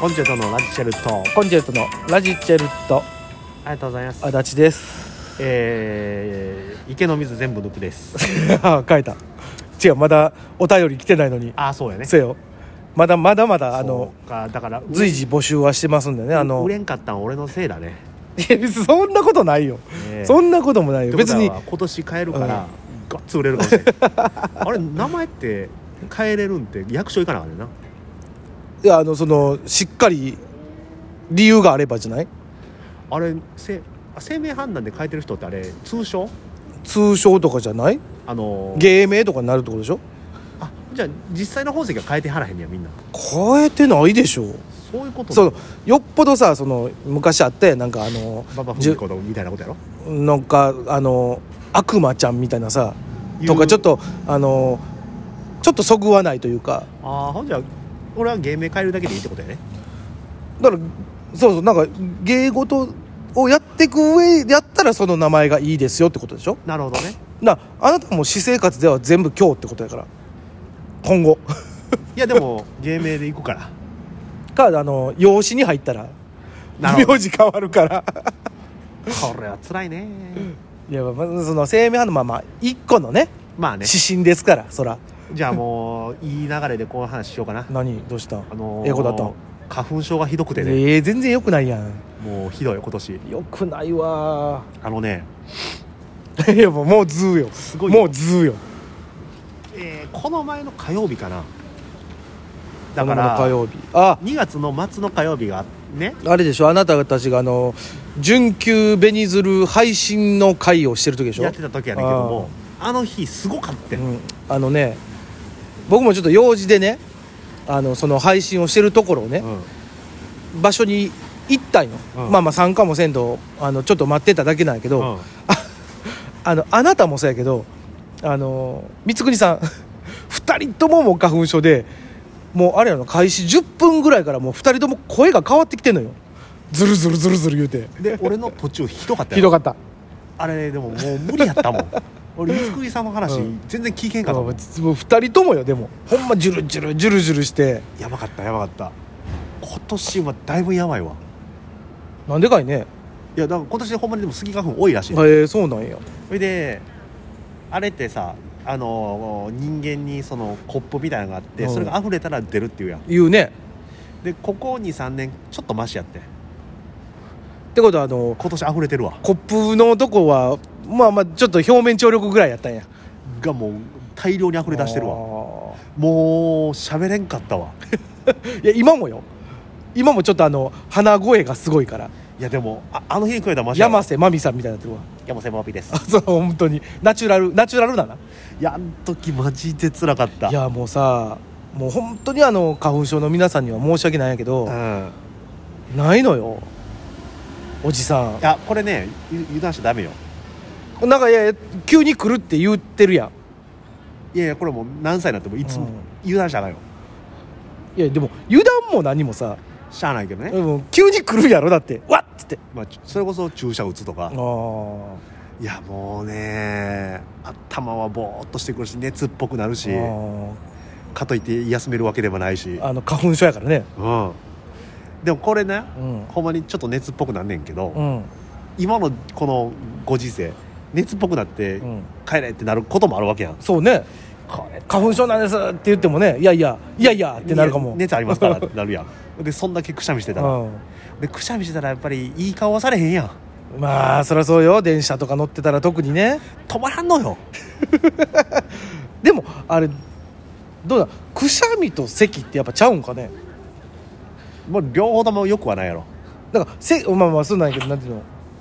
コンチェルトのラジチェルト。 コンチェルトのラジチェルト。 ありがとうございます。 足立です。 池の水全部抜くです。 書いた。違う、まだお便り来てないのに。 あ、そうやね。 せよ。まだだから随時募集はしてますんでね。 売れんかったん俺のせいだね。 いや別にそんなことないよ、そんなこともないよ。別に今年変えるから、ガッツ売れるかもしれないあれ名前って変えれるんって役所行かなあかんねんな。 いやしっかり理由があればじゃない。 あれ生命判断で変えてる人ってあれ通称とかじゃない、芸名とかになるってことでしょ。 あ、じゃあ実際の本籍は変えてはらへんねや。みんな変えてないでしょ。 そういうこと。 よっぽどさ、昔あってなんかババフミコみたいなことやろ。 なんか悪魔ちゃんみたいなさとかちょっとそぐわないというか。 ほんじゃ俺は芸名変えるだけでいいってことやね。 だからそうなんか芸事をやっていく上やったらその名前がいいですよってことでしょ。 なるほどね。 あなたも私生活では全部今日ってことやから今後いやでも芸名でいくから養子に入ったら名字変わるからこれは辛いね。 いや生命派の一個のね、 まあね、 指針ですから。そらじゃあもういい流れでこういう話しようかな。 何どうした、英語だったん。 花粉症がひどくてね。 全然良くないやん。 もうひどい今年。 良くないわいやもうズーよ。 すごいもうズーよ。 この前の火曜日かな。だから火曜日、 2月の末の火曜日がね、 あれでしょ。あなたたちが準急ベニズル配信の会をしてる時でしょ。 やってた時やねんけども、あの日すごかったよ、 僕もちょっと用事でねその配信をしてるところをね、場所に行ったんよ、参加もせんとちょっと待ってただけなんやけど、あなたもそうやけど三國さん2人とももう花粉症で、もうあれやの開始10分ぐらいからもう2人とも声が変わってきてんのよ。ズルズルズルズル言うて。 で俺の途中ひどかったよ。 ひどかった。 あれでももう無理やったもん俺三國さんの話、全然聞けんかったもん。 もう2人ともよ。でもほんまジュルジュルジュルジュルしてやばかった今年はだいぶやばいわ。 なんでかいね。 いやだから今年ほんまにでもスギ花粉多いらしい。 そうなんや。 それであれってさ人間にそのコップみたいなのがあって、それが溢れたら出るっていうやん。 言うね。 でここ 2,3 年ちょっとマシやって。 ってことは今年溢れてるわ。 コップのとこはちょっと表面張力ぐらいやったんやがもう大量に溢れ出してるわ。もう喋れんかったわいや今もちょっと鼻声がすごいから。 いやでもあの日に比べたらマシや。山瀬まみさんみたいになってるわ。 山瀬まみですそう本当にナチュラルだな。 いやあの時マジで辛かった。 いやもうさ、もう本当に花粉症の皆さんには申し訳ないんやけど、ないのよおじさん。 いやこれね油断しちゃダメよ。 なんかいや急に来るって言ってるやん。 いやこれもう何歳になってもいつも油断しちゃダメよ。いやでも油断も何もさしゃあないけどね。 急に来るやろだってわっつって、 それこそ注射打つとか。いやもうね頭はボーっとしてくるし熱っぽくなるし、かといって休めるわけでもないし花粉症やからね。 でもこれね、ほんまにちょっと熱っぽくなんねんけど、今のこのご時世熱っぽくなって、帰れってなることもあるわけやん。 そうね。花粉症なんですって言ってもね、いやいやってなるかも。 熱ありますからってなるやんでそんだけくしゃみしてたら、でくしゃみしてたらやっぱりいい顔はされへんやん。 そりゃそうよ。電車とか乗ってたら特にね止まらんのよでもあれどうだ、くしゃみと咳ってやっぱちゃうんかね。 もう両方ともよくはないやろ。 だからそうなんやけど、なんていうの、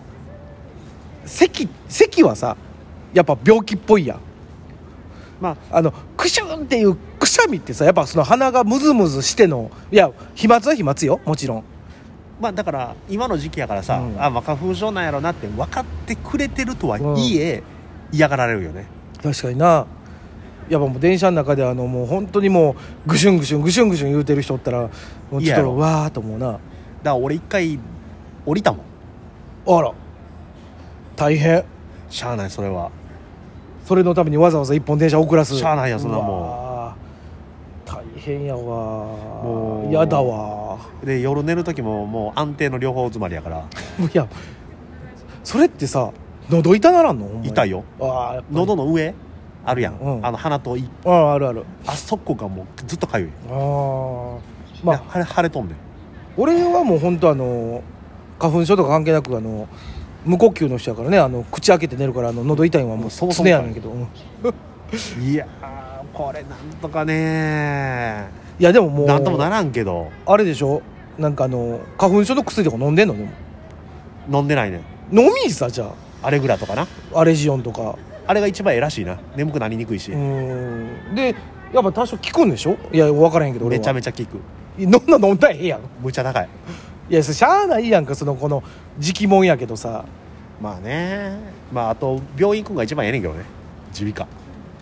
咳はさやっぱ病気っぽいやん。クシュンっていうくしゃみってさ、やっぱその鼻がムズムズしての、いや飛沫は飛沫よもちろん。 だから今の時期やからさ、花粉症なんやろなって分かってくれてるとはいえ、嫌がられるよね。 確かにな。やっぱもう電車の中でもう本当にもうグシュングシュングシュングシュン言うてる人おったらもうちょっとわーと思うな。だから俺一回降りたもん。 あら大変。 しゃあない。それはそれのためにわざわざ一本電車遅らす。 しゃあないやそんなもん。 大変やわ。 もうやだわ。 はあで夜寝る時ももう安定の両方詰まりやから。 いやそれってさ喉痛ならんの？ 痛いよ。喉の上あるやん、うん、鼻と胃、 あるある、 あそこがもうずっとかゆい。 まあ腫れとんねん。 俺はもう本当花粉症とか関係なく無呼吸の人やからね、口開けて寝るから喉痛いのはもう常やねんけどいやこれなんとかね。 いやでももうなんともならんけど、 あれでしょ、なんか花粉症の薬とか飲んでんの？でも飲んでないねん。 飲みさ、じゃあアレグラとかな、 アレジオンとか、 あれが一番ええらしいな。眠くなりにくいし。 でやっぱ多少効くんでしょ？いや分からへんけど俺はめちゃめちゃ効く。 飲んだらええやん。 むちゃ高い。 いやしゃあないやんか、この時期もんやけどさ。 まあね、まああと病院行くんが一番ええねんけどね、耳鼻科。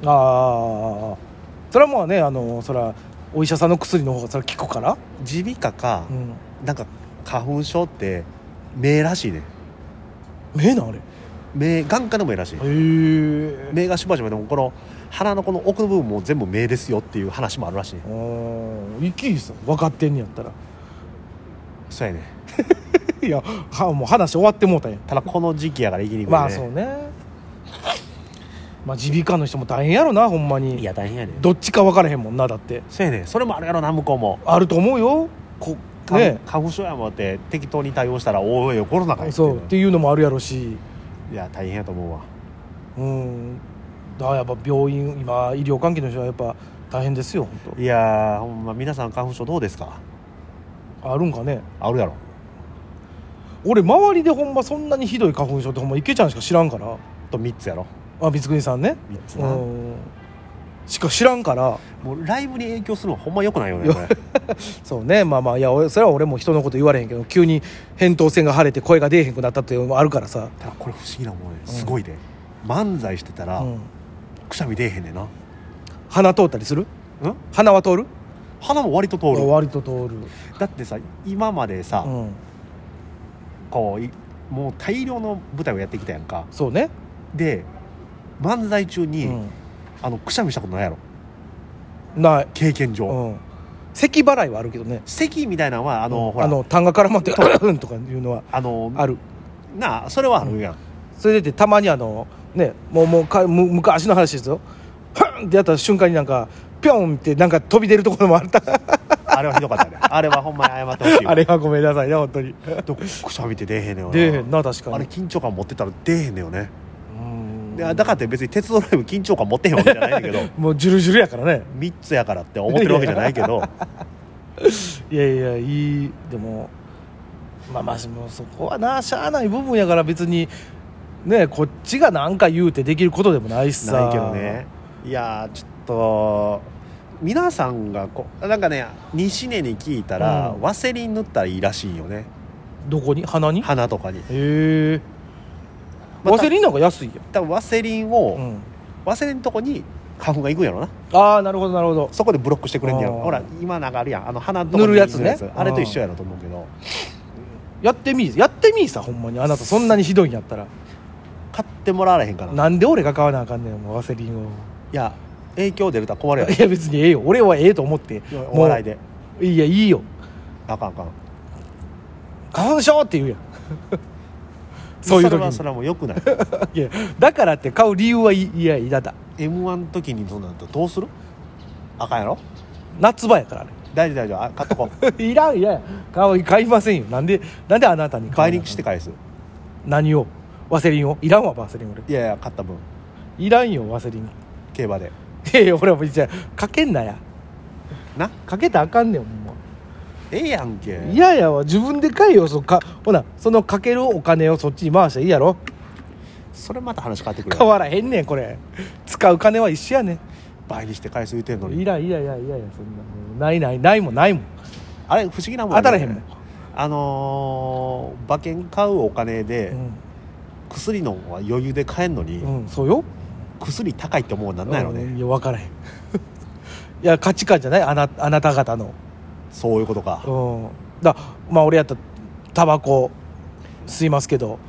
それはもうねそれはお医者さんの薬の方がそれ効くから。 耳鼻科か、なんか花粉症って目らしいね。 目なあれ目眼科でもいいらしい。目がしばしばでもこの鼻のこの奥の部分も全部目ですよっていう話もあるらしい。 いきさ分かってんねやったら。 そうやねいやもう話終わってもうたんや。 ただこの時期やから行きにくいね。 まあそうね。まあ耳鼻科の人も大変やろなほんまに。 いや大変やね。 どっちか分からへんもんな。だってそうやね。それもあるやろな、向こうもあると思うよ。 花粉症やもんって適当に対応したらおいコロナかいっていうのもあるやろし。 いや大変やと思うわ。 だからやっぱ病院今医療関係の人はやっぱ大変ですよ本当。 いやほんま皆さん花粉症どうですか？ あるんかね。 あるやろ。 俺周りでほんまそんなにひどい花粉症ってほんま池ちゃんしか知らんから。 と3つやろ。 光国さんね。 3つなしか知らんから。 もうライブに影響するのはほんま良くないよねこれそうね。まあいやそれは俺も人のこと言われへんけど、急に扁桃腺が腫れて声が出えへんくなったっていうのもあるからさ。 ただこれ不思議なもんね。すごいで、漫才してたら、くしゃみ出えへんねんな。 鼻通ったりする？鼻は通る？ 鼻も割と通る。 割と通る。 だってさ今までさ、こうもう大量の舞台をやってきたやんか。 そうね。 で漫才中に、くしゃみしたことないやろ。 ない。 経験上、 咳払いはあるけどね。 咳みたいなのはほら痰が絡まってとかいうのはあるなあ。それはあるやん、 それでたまにねもう昔の話ですよ。フンってやった瞬間になんかピョンってなんか飛び出るところもあった。 あれはひどかったね。あれはほんまに謝ってほしい。 あれはごめんなさいね本当に。 くしゃみって出えへんねんよな。 出えへんな確かに。 あれ緊張感持ってたら出えへんねんよね。だからって別に鉄道ライブ緊張感持ってへんわけじゃないんだけどもうジュルジュルやからね。 3つやからって思ってるわけじゃないけどいやいい。でもまあもうそこはなしゃあない部分やから別にねこっちが何か言うてできることでもないしさ。 ないけどね。いやちょっと皆さんがなんかね西根に聞いたら、ワセリン塗ったらいいらしいよね。 どこに？鼻に？ 鼻とかに。 へえ。ワセリンなんか安いやん。 多分ワセリンを、ワセリンのとこに花粉が行くんやろな。 なるほど。 そこでブロックしてくれんねやろ。ほら今なんかあるやん、鼻のとこに塗るやつね。 あれと一緒やろと思うけど。 やってみさほんまに。あなたそんなにひどいんやったら買ってもらわれへんかな。 なんで俺が買わなあかんねんもうワセリンを。 いや影響出ると困るやろ。 いや別にええよ。俺はええと思ってお笑いで。 いやいいよ。 あかん花粉症って言うやんそういう時にそれはもう良くないいやだからって買う理由はいやいだだ。 M1 の時にそうなるとどうする？あかんやろ。 夏場やからね。 大丈夫買っとこういらん。いや買いませんよ。なんであなたに倍にして返す。 何を？ワセリンを？いらんわワセリン俺。 いや買った分いらんよワセリン。 競馬で。 いや俺はじゃかけんなやな。 かけたらあかんねんほんま。 やんけ。 いや自分で買えよ。ほなそのかけるお金をそっちに回したらいいやろ。 それまた話変わってくる。 変わらへんねんこれ。使う金は一緒やねん。 倍にして返す言うてんのに。 いやそんなないもん。 あれ不思議なもん、 当たらへんもん。 馬券買うお金で、薬のは余裕で買えんのに、 そうよ。 薬高いって思うなんないのね。 いや分からへんいや価値観じゃない。あなた方の。 そういうことか。 まあ俺やったらタバコ吸いますけど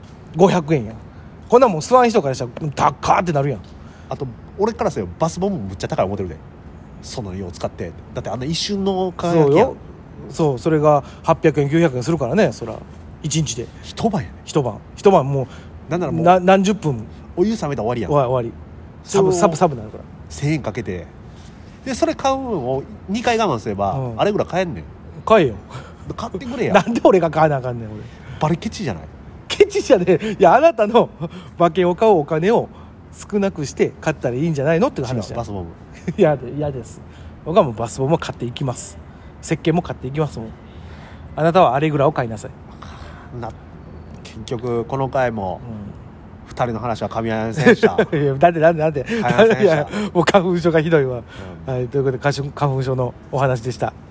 500円やん。こんなもん吸わん人からしたら高ーってなるやん。 あと俺からすればバスボムむっちゃ高い思ってるで。その量を使って。だってあんな一瞬の輝きやん。 そうそれが800円900円するからね、そら1日で一晩やね。 一晩もうなんならもう何十分お湯冷めたら終わりやん。 終わりサブになるから 1000円かけて、でそれ買うのを2回我慢すれば、あれぐらい買えんねん。 買えよ。 買ってくれや。 なんで俺が買わなあかんねん。俺バリケチじゃない。 ケチじゃねえ。いや、あなたの馬券を買うお金を少なくして買ったらいいんじゃないのっていう話だ。 バスボム嫌です僕はもうバスボムも買っていきます。石鹸も買っていきますもん。あなたはアレグラを買いなさい。 結局この回も、2人の話は噛み合いませんでした。 いやだっていやもう花粉症がひどいわ、はい、ということで花粉症のお話でした。